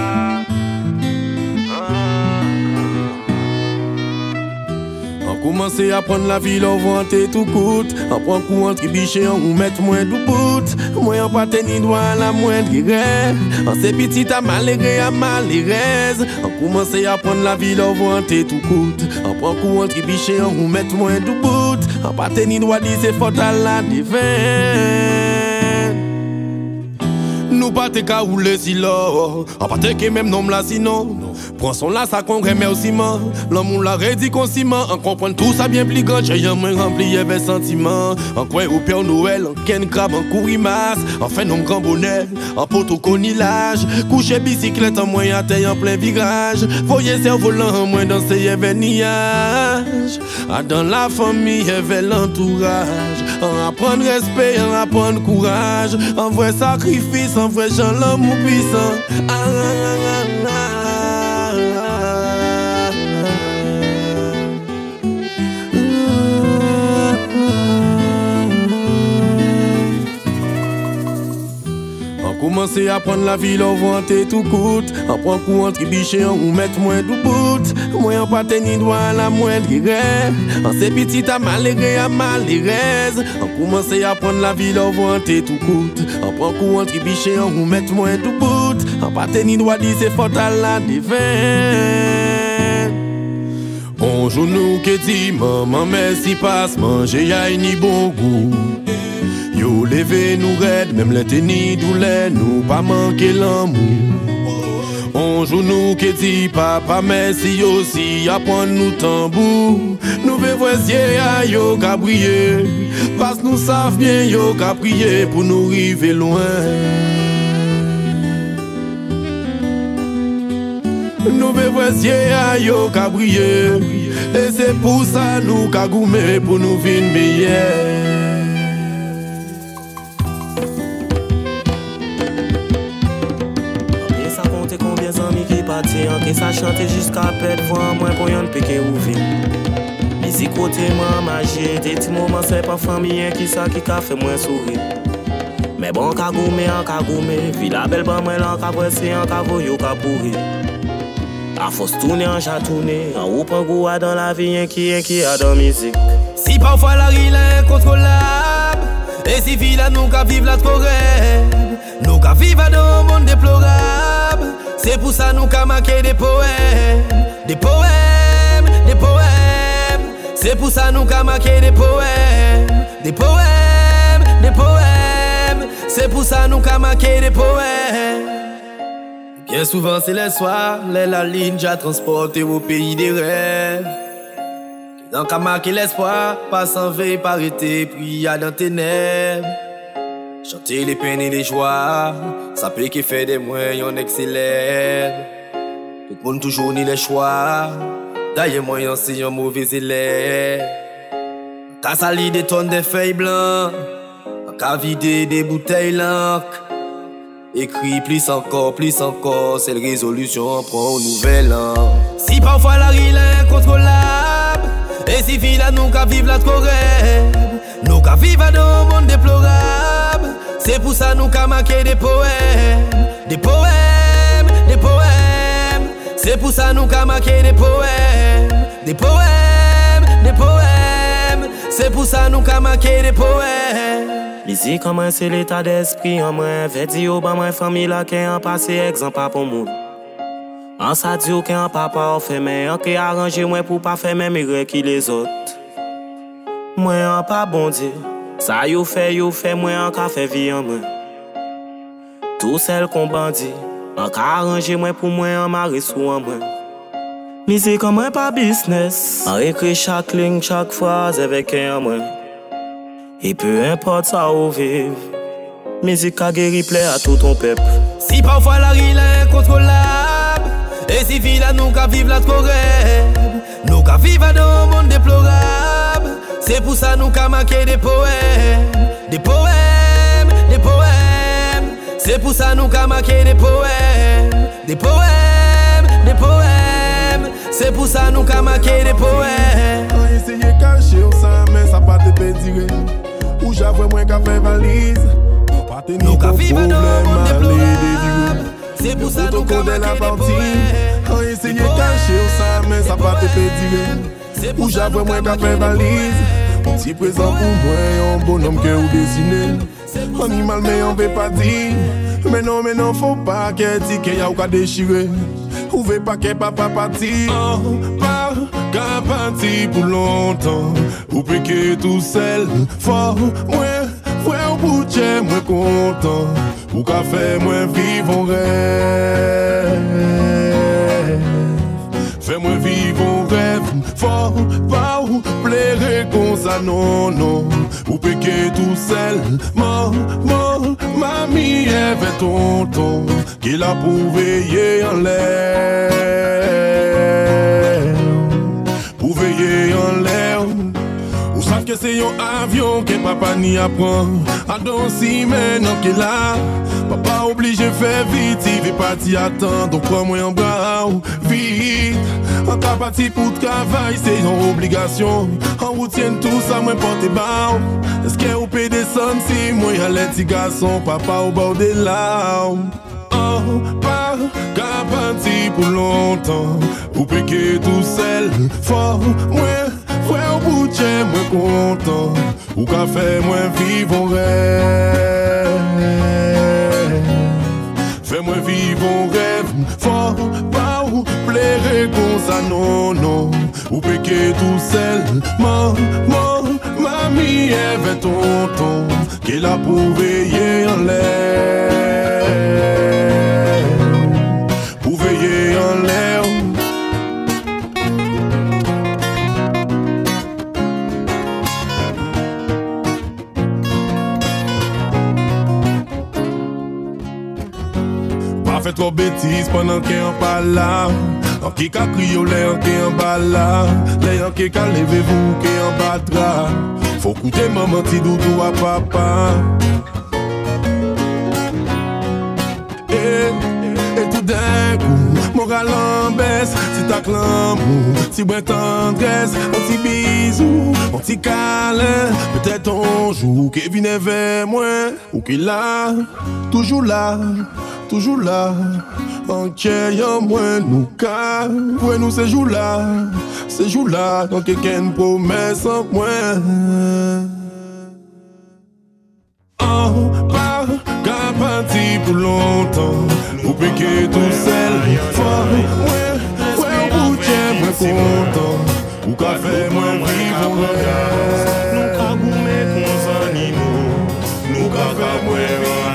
Commencer à prendre la ville au vanté tout coûte. On prend courant qui biche on vous met moins de bout. Moi on pas tenir droit à la moindre guerre. On s'est petit à malheureux à malheureuse. On commence à prendre la ville au vanté tout coûte. On prend courant qui biche on vous met moins de bout. On pas tenir droit dire c'est faute à la défaite. Nous pas te ka rouler si l'or. En pas te que même nom là sinon. Prends son là ça qu'on remet au ciment. L'amour l'a redit qu'on ciment. En comprendre tout ça bien plus grand. J'ai un moins rempli avec sentiment. En quoi au Père Noël. En ken crabe en courimasse. En fait non grand bonheur. En poteau conilage. Coucher bicyclette en moins à terre en plein virage. Voyez ser volant en moins dans ces nuages. Ah dans la famille avec l'entourage. En apprendre respect, en apprendre courage. En vrai sacrifice, en vrai gens l'amour puissant. Ah, ah, ah, ah, commencer à prendre la ville au vanté tout coûte. En prend coup entre biché ou mettre moins du bout. Moi en pas tenir droit à la moindre rêve. En ces petites à malgré à malheureuse. En commencer à prendre la ville au vanté tout coûte. En prend coup entre biché ou mettre moins du bout. En pas tenir droit dit c'est fatal la divin. On joue nous que dit maman merci passe manger y'a ni bon goût. Yo levé nous raide, même les tennis douleur, nous pas manquer l'amour. On joue nous qui dit papa merci aussi, apprendre nous tambour. Nous voisiers à yo qu'a briller, parce nous savent bien yo qu'a prier pour nous arriver loin. Nous voisiers à yo qu'a briller, et c'est pour ça nous qu'a goumé pour nous vivre meilleur. Que ça chante jusqu'à perdre voix moins pour y'en piquer ou vite. Ici côté moi magie, des petits moments c'est pas famille qui ça qui a fait moins sourire. Mais bon ka goumé en ka goumé, puis la belle pas moi là ka pressé en ka voyo ka pourri. A force tourner en chat tourner, en haut prend goût dans la vie qui est qui a dans musique. Si parfois la rue est incontrôlable, et si vie là nous ka vivre la correct, nous ka vivre dans un monde déplorable. C'est pour ça nous qu'a marqué des poèmes, des poèmes, des poèmes. C'est pour ça nous qu'a marqué des poèmes, des poèmes, des poèmes. C'est pour ça nous qu'a marqué des poèmes. Bien souvent c'est les soirs, les la ligne j'ai transporté au pays des rêves. Dans qu'a marqué l'espoir, pas sans veille, pas arrêter, puis à dans tes ténèbres. Chanter les peines et les joies, ça peut qui fait des moyens excellents. Tout le monde toujours ni les choix, d'ailleurs moi c'est un mauvais élève. T'as sali des tonnes de feuilles blanches, t'as vidé des bouteilles l'encre. Écrit plus encore, plus encore, c'est la résolution prend au nouvel an. Si parfois la rue est incontrôlable, et si vie là nous qu'à vivre la correct, nous qu'à vivre dans un monde déplorable. C'est pour ça nous qu'a marqué des poèmes, des poèmes, des poèmes. C'est pour ça nous qu'a marqué des poèmes, des poèmes, des poèmes. C'est pour ça nous qu'a marqué des poèmes. Ici comment c'est l'état d'esprit en moi, fait dire au bas ma famille là qui a passé exemple pour moi. En ça dit au qu'un papa fait mais en qui arrangé moi pour pas faire même erreur que les autres. Moi en pas bon Dieu. Ça yo fait, yo fait, moi en ka fait vie en moi. Tout celle qu'on bandit, en ka arranger moi pour moi en marre sous en moi. Musique en moi pas business, en écrit chaque ligne, chaque phrase avec un en moi. Et peu importe ça où vive, musique a guéri plaît à tout ton peuple. Si parfois la rue est incontrôlable, et si vie là nous qu'à vivre la correct, nous qu'à vivre dans un monde déplorable. C'est pour ça nous qu'a marqué des poèmes, des poèmes, des poèmes. C'est pour ça nous qu'a marqué des poèmes, des poèmes, des poèmes. C'est pour ça nous qu'a marqué des poèmes. On essaye de cacher ça mais ça pas te pédirer. Ou j'avoue moi qu'a fait valise. Nous qu'a vivre dans un monde déplorable. C'est pour ça nous qu'a marqué des poèmes. On essaye de cacher ça mais ça pas te pédirer. Ou j'avoue moi qu'a fait valise. Petit présent pour moi, un bonhomme que vous dessinez. Animal mais on veut pas dire. Mais non, mais non, faut pas qu'elle dise qu'il y a ou qu'à déchirer. Ou veut pas qu'elle papa partir. Pas qu'à partir pour longtemps. Ou peut que tout seul, fort, moi, ouais, au bout de moi content. Ou ou qu'a fait moi vivre en rêve. Fais-moi vivre en rêve, fort, pas ou plaire comme ça, non, non. Ou péquer tout seul, maman, mamie, avait tonton, qu'il a pour veiller en l'air. Pour veiller en l'air. Ou savent que c'est un avion que papa n'y apprend. A danser maintenant qu'il a. Papa obligé faire vite, il veut partir à temps. Donc prends-moi en bras, vite. En cas parti pour travail, c'est une obligation. En route tienne tout ça, moi porte bas. Est-ce que vous pouvez descendre si moi y'a les petits garçons, papa au bord des larmes. Oh, pas qu'à partir pour longtemps. Vous péquez tout seul, fort, moi. Ouais, au bout de chez moi content. Ou qu'a fait moi vivre en rêve. Fais-moi vivre en rêve. Fort, pas ou plaire comme ça, non, non. Ou péquer tout seul. Maman, mamie, avait tonton, qu'il a pour veiller en l'air. Pour veiller en l'air. Fait trop bêtises pendant qu'il en parle là. En qui qu'a crié au lait, en qui en bas là. Lait en qui qu'a levé vous, qui en battra. Faut coûter maman, ti doudou à papa. Et, et tout d'un coup, moral en baisse. Si t'as l'amour, si bonne tendresse. Un petit bisou, un petit câlin. Peut-être un jour qu'il vienne vers moi. Ou qu'il a, toujours là. Toujours là, en y'a moins nous car, ouais nous ces jours là, ces jours là, donc quelqu'un promesse en moi. Oh, pas qu'à partir pour longtemps, vous piquez tout seul, fort, ouais, ouais au bout de moi content, ou qu'a fait moins vivre, nous qu'a goumé qu'on animaux, nous qu'a fait moins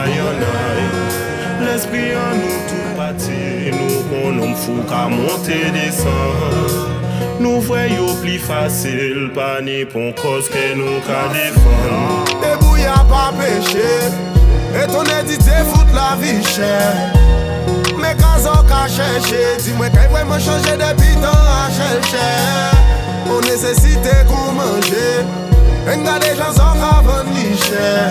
l'esprit en nous tout bâti, nous qu'on homme fou qu'à monter descendre. Nous voyons plus facile, pas ni pour cause que nous qu'à défendre. Debout y'a pas péché, et ton édité fout la vie chère. Mais quand on qu'a cherché, dis-moi qu'il vraiment changer depuis temps à chercher. On nécessite qu'on mange, et n'a des gens en avant ni cher.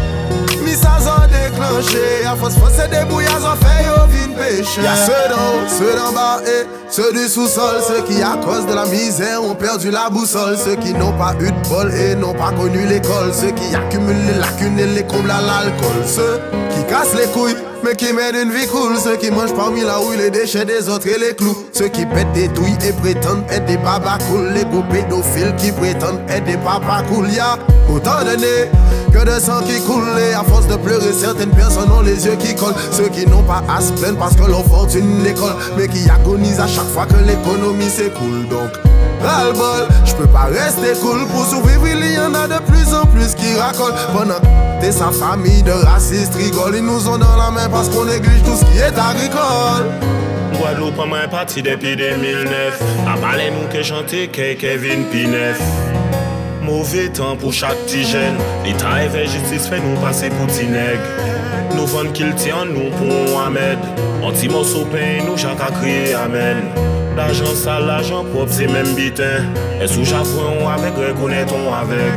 Mi ça ont déclenché, à force force des bouillards ont fait au vin péché. Y'a ceux d'en haut, ceux d'en bas et ceux du sous-sol. Ceux qui à cause de la misère ont perdu la boussole. Ceux qui n'ont pas eu de bol et n'ont pas connu l'école. Ceux qui accumulent les lacunes et les comblent à l'alcool. Ceux qui cassent les couilles mais qui mènent une vie cool. Ceux qui mangent parmi la houille les déchets des autres et les clous. Ceux qui pètent des douilles et prétendent être des babas cool. Les beaux pédophiles qui prétendent être des papas cool. Y'a autant de nez que de sang qui coule. Et à force de pleurer, certaines personnes ont les yeux qui collent. Ceux qui n'ont pas à se plaindre parce que leur fortune l'école, mais qui agonisent à chaque fois que l'économie s'écoule. Donc ras-le-bol, je peux pas rester cool. Pour survivre il y en a de plus en plus qui racolent. Pendant que sa famille de racistes rigole, ils nous ont dans la main parce qu'on néglige tout ce qui est agricole. Guadeloupe en main parti depuis deux mille neuf. A parlé nous que chanter Kevin Pinef. Mauvais temps pour chaque petit jeune. L'État et justice fait nous passer pour petit nègre. Nous vendons qu'il tient nous pour Ahmed. On dit morceau pain nous j'en qu'à crier amen. L'argent sale, l'argent propre c'est même bitin. Est-ce que j'apprends avec, reconnaît-on avec.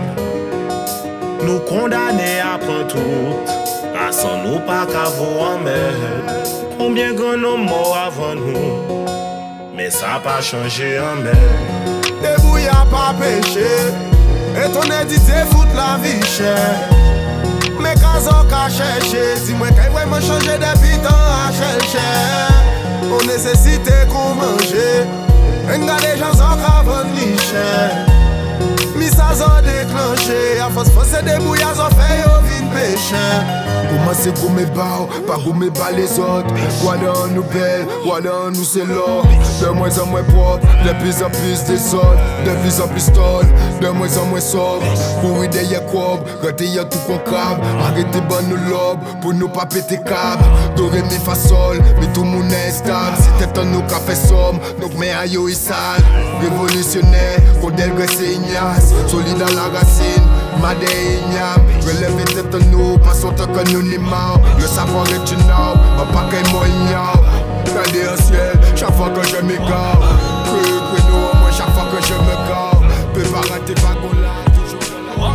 Nous condamnés à prendre tout. Rassons nous pas qu'à vous en mer. Combien grand homme morts avant nous. Mais ça pas changé en mer. Debout y'a pas péché. Et ton édité fout la vie chère. Mais quand on qu'a cherché, dis-moi qu'il vraiment changé depuis temps à chercher. On nécessite qu'on mange, et n'a des gens en cravant ni cher. Mi ça ont déclenché, à force force des bouillards ont fait au vin péché. Pour moi c'est gourmet bas, pas gourmet bas les autres. Quoi dans nous belle, quoi dans nous c'est l'or. De moins en moins propre, de plus en plus désordre. De plus en plus tonne, de moins en moins sobre. Courir derrière quoi, rester y'a tout qu'on crabe. Arrêtez bon nous lobe, pour nous pas péter câble. Doré mes façons, mais tout le monde est stable. C'était un nous qu'a fait somme, donc mais aïe est sale. Révolutionnaire, modèle c'est ignace. Solide à la racine, madé igname. Relève tête en nous, passons tant que nous n'y marre. Le savoir est une arme, un paquet moi ignore. Regardez un ciel, chaque fois que je m'égare. Que, que nous, moi chaque fois que je me gare. Peux pas rater wagon là, toujours de la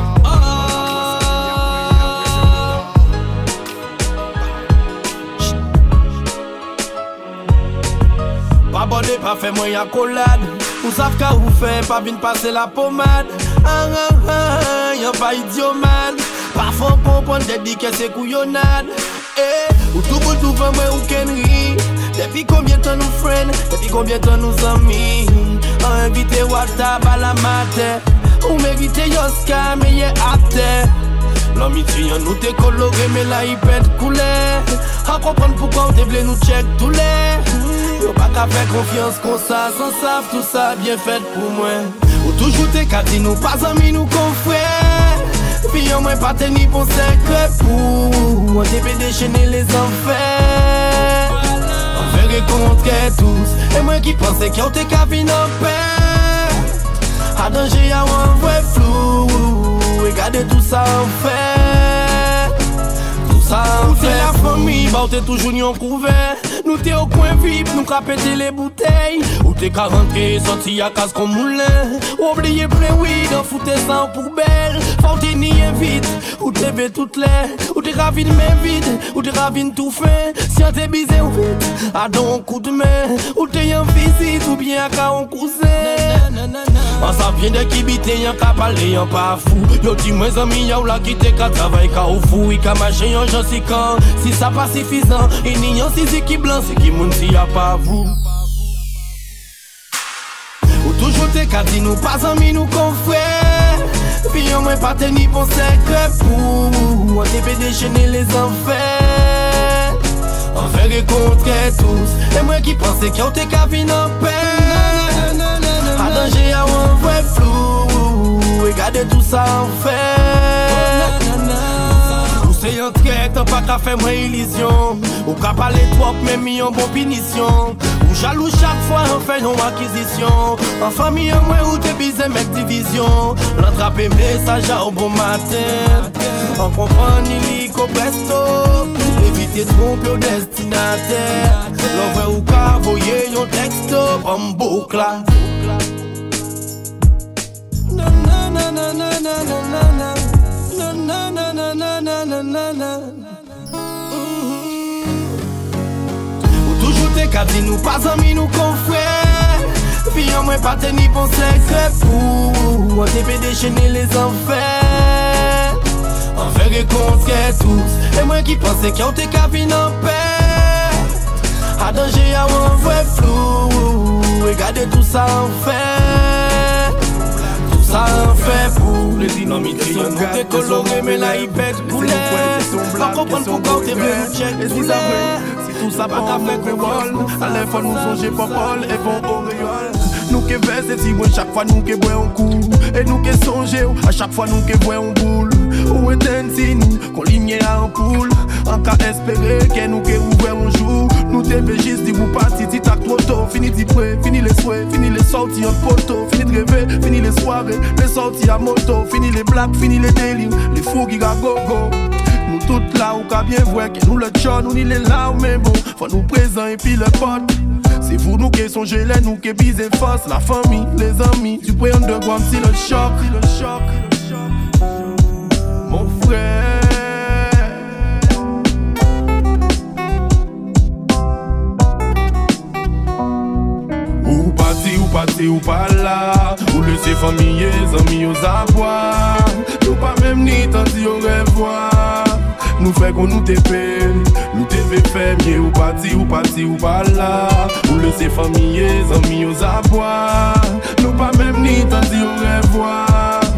Pas bonné, pas fait moi y'a collade. Vous savez qu'à vous fait, pas vine passer la pommade. Ah ah ah, y'a pas idiot man. Parfois comprendre des dit que c'est couillonnade. Eh, ou tout pour tout fait moi ou kenry. Depuis combien de temps nous friends, depuis combien de temps nous amis. A invité WhatsApp à la matin. Ou mérité Yoska mais y'a acté. L'amitié y'en nous t'es coloré mais là il pète couler. À comprendre pourquoi on voulait nous check tous les. Y'a pas qu'à faire confiance qu'on ça, sans savent tout ça bien fait pour moi. Ou toujours t'es qu'à dire nous pas amis nous confrères. Puis y'a moins pas tenir pour secret pour. On t'est déchaîner les enfers. On fait rencontrer tous. Et moi qui pensais qu'il y a qu'à venir en paix. À danger y'a un vrai flou. Regardez tout ça en fait. Tout ça en fait. La famille, bah t'es toujours ni en couvert. Nous t'es au coin vip, nous qu'a pété les bouteilles. Ou t'es qu'à rentrer, sorti à casse comme moulin. Ou oublier plein weed, en foutre ça en poubelle. Faut t'es ni invite, ou t'es bé toutes les. Ou t'es ravine mais vide, ou t'es ravine tout fait. Si on t'es bisé ou vite, à don coup de main. Ou t'es en visite, ou bien à cas en cousin. On s'en vient de qui bite, y'en qu'à parler, y'en pas fou. Yo dis mes amis, y'a ou la qui t'es qu'à travailler, qu'à ou fou. Y'a qu'à marcher, y'en j'en si quand. Si ça pas suffisant, et ni y'en si c'est qui blanc, c'est qui moun si y'a pas vous. Ou toujours t'es qu'à dire nous pas amis, nous confrères. Puis y'en moins pas tenir pour secret pour. On t'est déchaîner les enfers. On fait rencontrer tous. Et moi qui pensais qu'il y a qu'à venir en paix. À danger y'a un vrai flou. Regardez tout ça en fait. Ou c'est un trait, t'as pas qu'à faire moi illusion. Ou qu'à parler trop, mais mis en bon punition. Ou jaloux chaque fois on fait nos acquisitions. En famille en moi ou t'es bisé mec division. L'attraper message au bon matin. On comprend ni l'ICO presto. Éviter de tromper au destinataire. L'envoi ou qu'à voyer yon texto. En boucle là. Ou toujours t'es qu'à dire nous pas amis nous confrères. Puis y'a moins pas tenir pour secret pour. On t'est déchaîner les enfers. On fait rencontrer tous. Et moi qui pensais qu'il y a qu'à venir en paix. À danger y'a un vrai flou. Regardez tout ça en fait. Ça en fait pour les dynamites. Y'en nous t'es coloré mais là il pète couler. Pas comprendre pourquoi on t'es venu nous check. Si tout ça pas qu'à faire que vol. À l'info nous songer popol et bon auréole. Nous qui verse si moi chaque fois nous qui boit un coup. Et nous qui songer à chaque fois nous qui boit un boule. Ou est-ce si nous qu'on ligne à un poule. En cas espérer que nous qui ouvrir un jour. Nous t'es juste dit vous parti, dit tac trop tôt. Fini d'y prêt, fini les souhaits, fini les sorties en poteau. Fini de rêver, fini les soirées, les sorties à moto. Fini les blagues, fini les délires, les fous qui ga go go. Nous toutes là où qu'a bien voir que nous le tchon, nous ni les larmes mais bon. Faut nous présent et puis le pote. C'est vous nous qui songez les nous qui bisez face. La famille, les amis, tu prends de Guam si le choc, le choc. Mon frère. Ou parti, ou parti, ou pas là. Ou laisser famille et amis aux abois. Nous pas même ni tant dit au revoir. Nous fait qu'on nous t'épée. Nous t'épée fait mieux. Ou parti, ou parti, ou pas là. Ou laisser famille et amis aux abois. Nous pas même ni tant dit au revoir.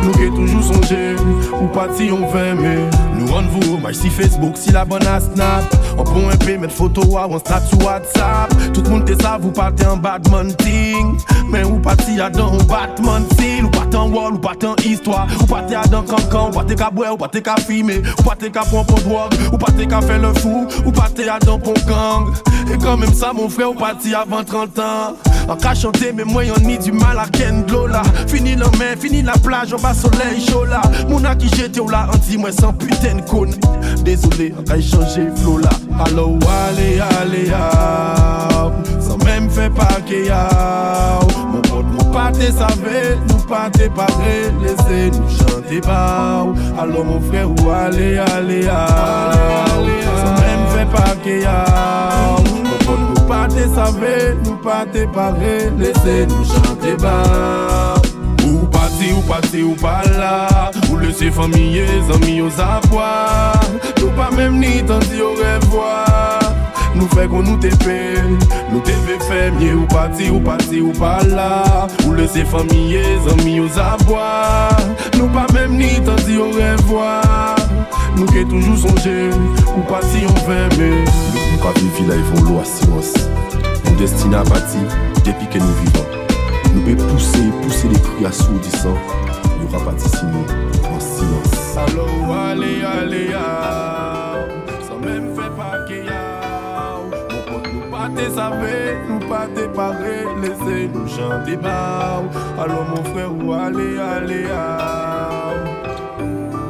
nous qui toujours songer, ou parti on vingt mais nous rendez-vous hommage si Facebook, si la bonne à Snap. On prend un peu, mettre photo ou on start sur WhatsApp. Tout le monde te ça, vous partez en Batman thing. Mais ou parti à dans un Batman style. Ou partez en wall, ou partez en histoire. Ou partez à dans cancan, ou partez qu'à boire, ou partez qu'à filmer. Ou partez qu'à prendre pour drogue, ou partez qu'à faire le fou. Ou partez à dans pour gang. Et quand même ça, mon frère, ou parti avant trente ans. En cas chanter, mais moi y'en ai du mal à ken de l'eau là. Fini la mer, fini la plage, en bas soleil chaud là. Mon a qui jette ou là, anti moi sans putain de conne. Désolé, on a changé flow là. Alors allez, allez, yaou. Sans même faire pas que yaou. Mon pote, mon pâté savait, nous pâté paré. Laissez nous chanter pas. Alors mon frère, ou allez, allez, yaou. Sans même faire pas que yaou. Mon pote, mon pâté savait, nous pâté paré. Laissez nous chanter pas. Ou parti, ou parti, ou pas là. Ou laisser famille, amis aux abois. Nous pas même ni tenter au revoir. Nous fait qu'on nous t'épée. Nous t'épée fait mieux. Ou parti, ou parti, ou pas là. Ou laisser famille, amis aux abois. Nous pas même ni tenter au revoir. Nous qui toujours songer. Ou parti, on fait mais nous pas vivre là, ils vont l'eau à silence. Nous destinés à bâtir depuis que nous vivons. Nous pouvons pousser, pousser les cris assourdissants. Il n'y aura pas d'ici nous, en silence. Alors allez, allez, allez, sans même faire pas qu'il y a. Mon pote, nous pas te savoir, nous pas te parer. Laissez nous chanter bas. Alors mon frère, ou allez, allez, allez.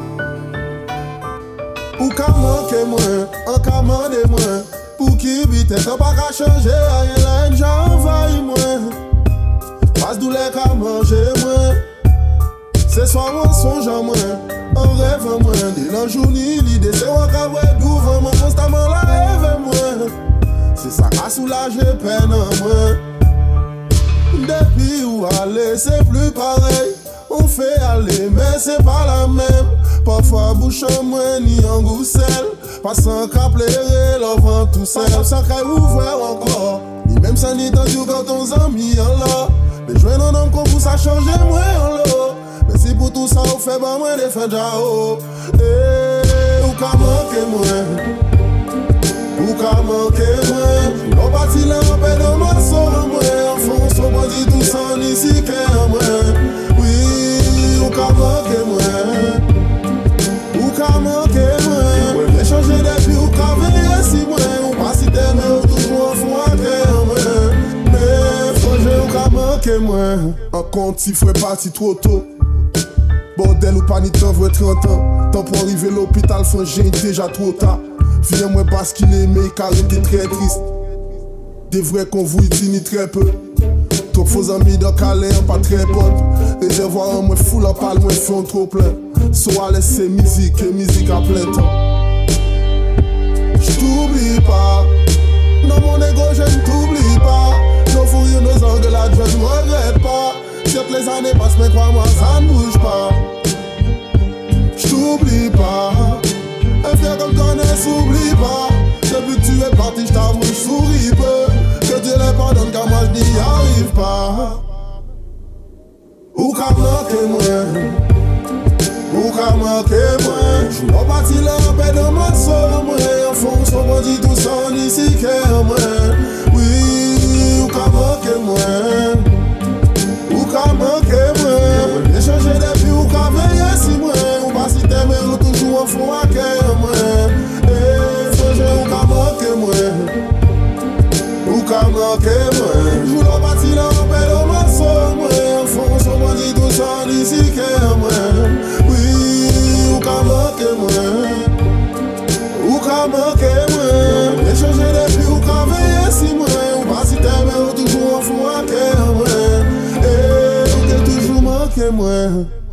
Ou qu'à manquer moins, en qu'à mander moins. Pour qui vite, t'as pas qu'à changer, rien là, j'envahis moins. Passe douleur qu'à manger moins. C'est soir on songe en moins. On rêve en moins. Dès la journée l'idée c'est on qu'à voir d'ouvre moi. Constamment la rêve moins. C'est ça qu'à soulager peine en moins. Depuis où aller c'est plus pareil. On fait aller mais c'est pas la même. Parfois bouche en moins ni en goussel. Passant qu'à pleurer le vent tout seul. Sans qu'à ouvrir encore. Ni même sans ni tendu quand ton ami en là. Mais jouer non homme qu'on pousse à changer moins en l'eau. Mais si pour tout ça on fait pas moins de fin d'ao. Eh, ou qu'à manquer moins. Ou qu'à manquer moins. On partit là en paix dans ma soeur moins. En fond son bandit tout ça ni si qu'un moins. Oui, ou qu'à manquer moins. Ou qu'à manquer moins. Mais changer depuis ou qu'à veiller si moins. Ou pas si t'es mais ou toujours en fond à créer moins. Mais faut jouer ou qu'à manquer moins. En compte si ferait parti trop tôt. Bordel ou pas ni temps vrai trente ans. Temps pour arriver à l'hôpital frangin déjà trop tard. Viens moi parce qu'il aimait car il était très triste. Des vrais qu'on vous ni très peu. Trop faux amis dans Calais, pas très potes. Réservoir en moi fou la parle, moi fond trop plein. Soit laisser musique et musique à plein temps. J't'oublie pas. Dans mon ego je ne t'oublie pas. Nos fouilles, nos engueulades, je ne regrette pas. Toutes les années passent mais crois-moi ça ne bouge pas. J't'oublie pas. Un frère comme toi ne s'oublie pas. Depuis que tu es parti j't'avoue j'souris peu. Que Dieu les pardonne car moi je n'y arrive pas. Ou qu'à manquer moins. Ou qu'à manquer moins. J'suis parti là en paix dans ma soeur moins. En fond son bandit tout ça ni si qu'un moins. Oui, ou qu'à manquer moins. Ou qu'à manquer moins. Échanger depuis ou qu'à veiller si moins. Ou pas si t'aimes ou toujours en fond à qu'un moins. Et changer ou qu'à manquer moins. Ou qu'à manquer moins. J'voulais partir là en paix dans ma soeur moins. En fond son bandit tout ça ni si qu'un moins. Oui, ou qu'à manquer moins. Ou qu'à manquer moins. Échanger depuis ou qu'à veiller si moins. Ou pas si t'aimes ou toujours en fond à qu'un moins. Et ou que toujours manquer moins.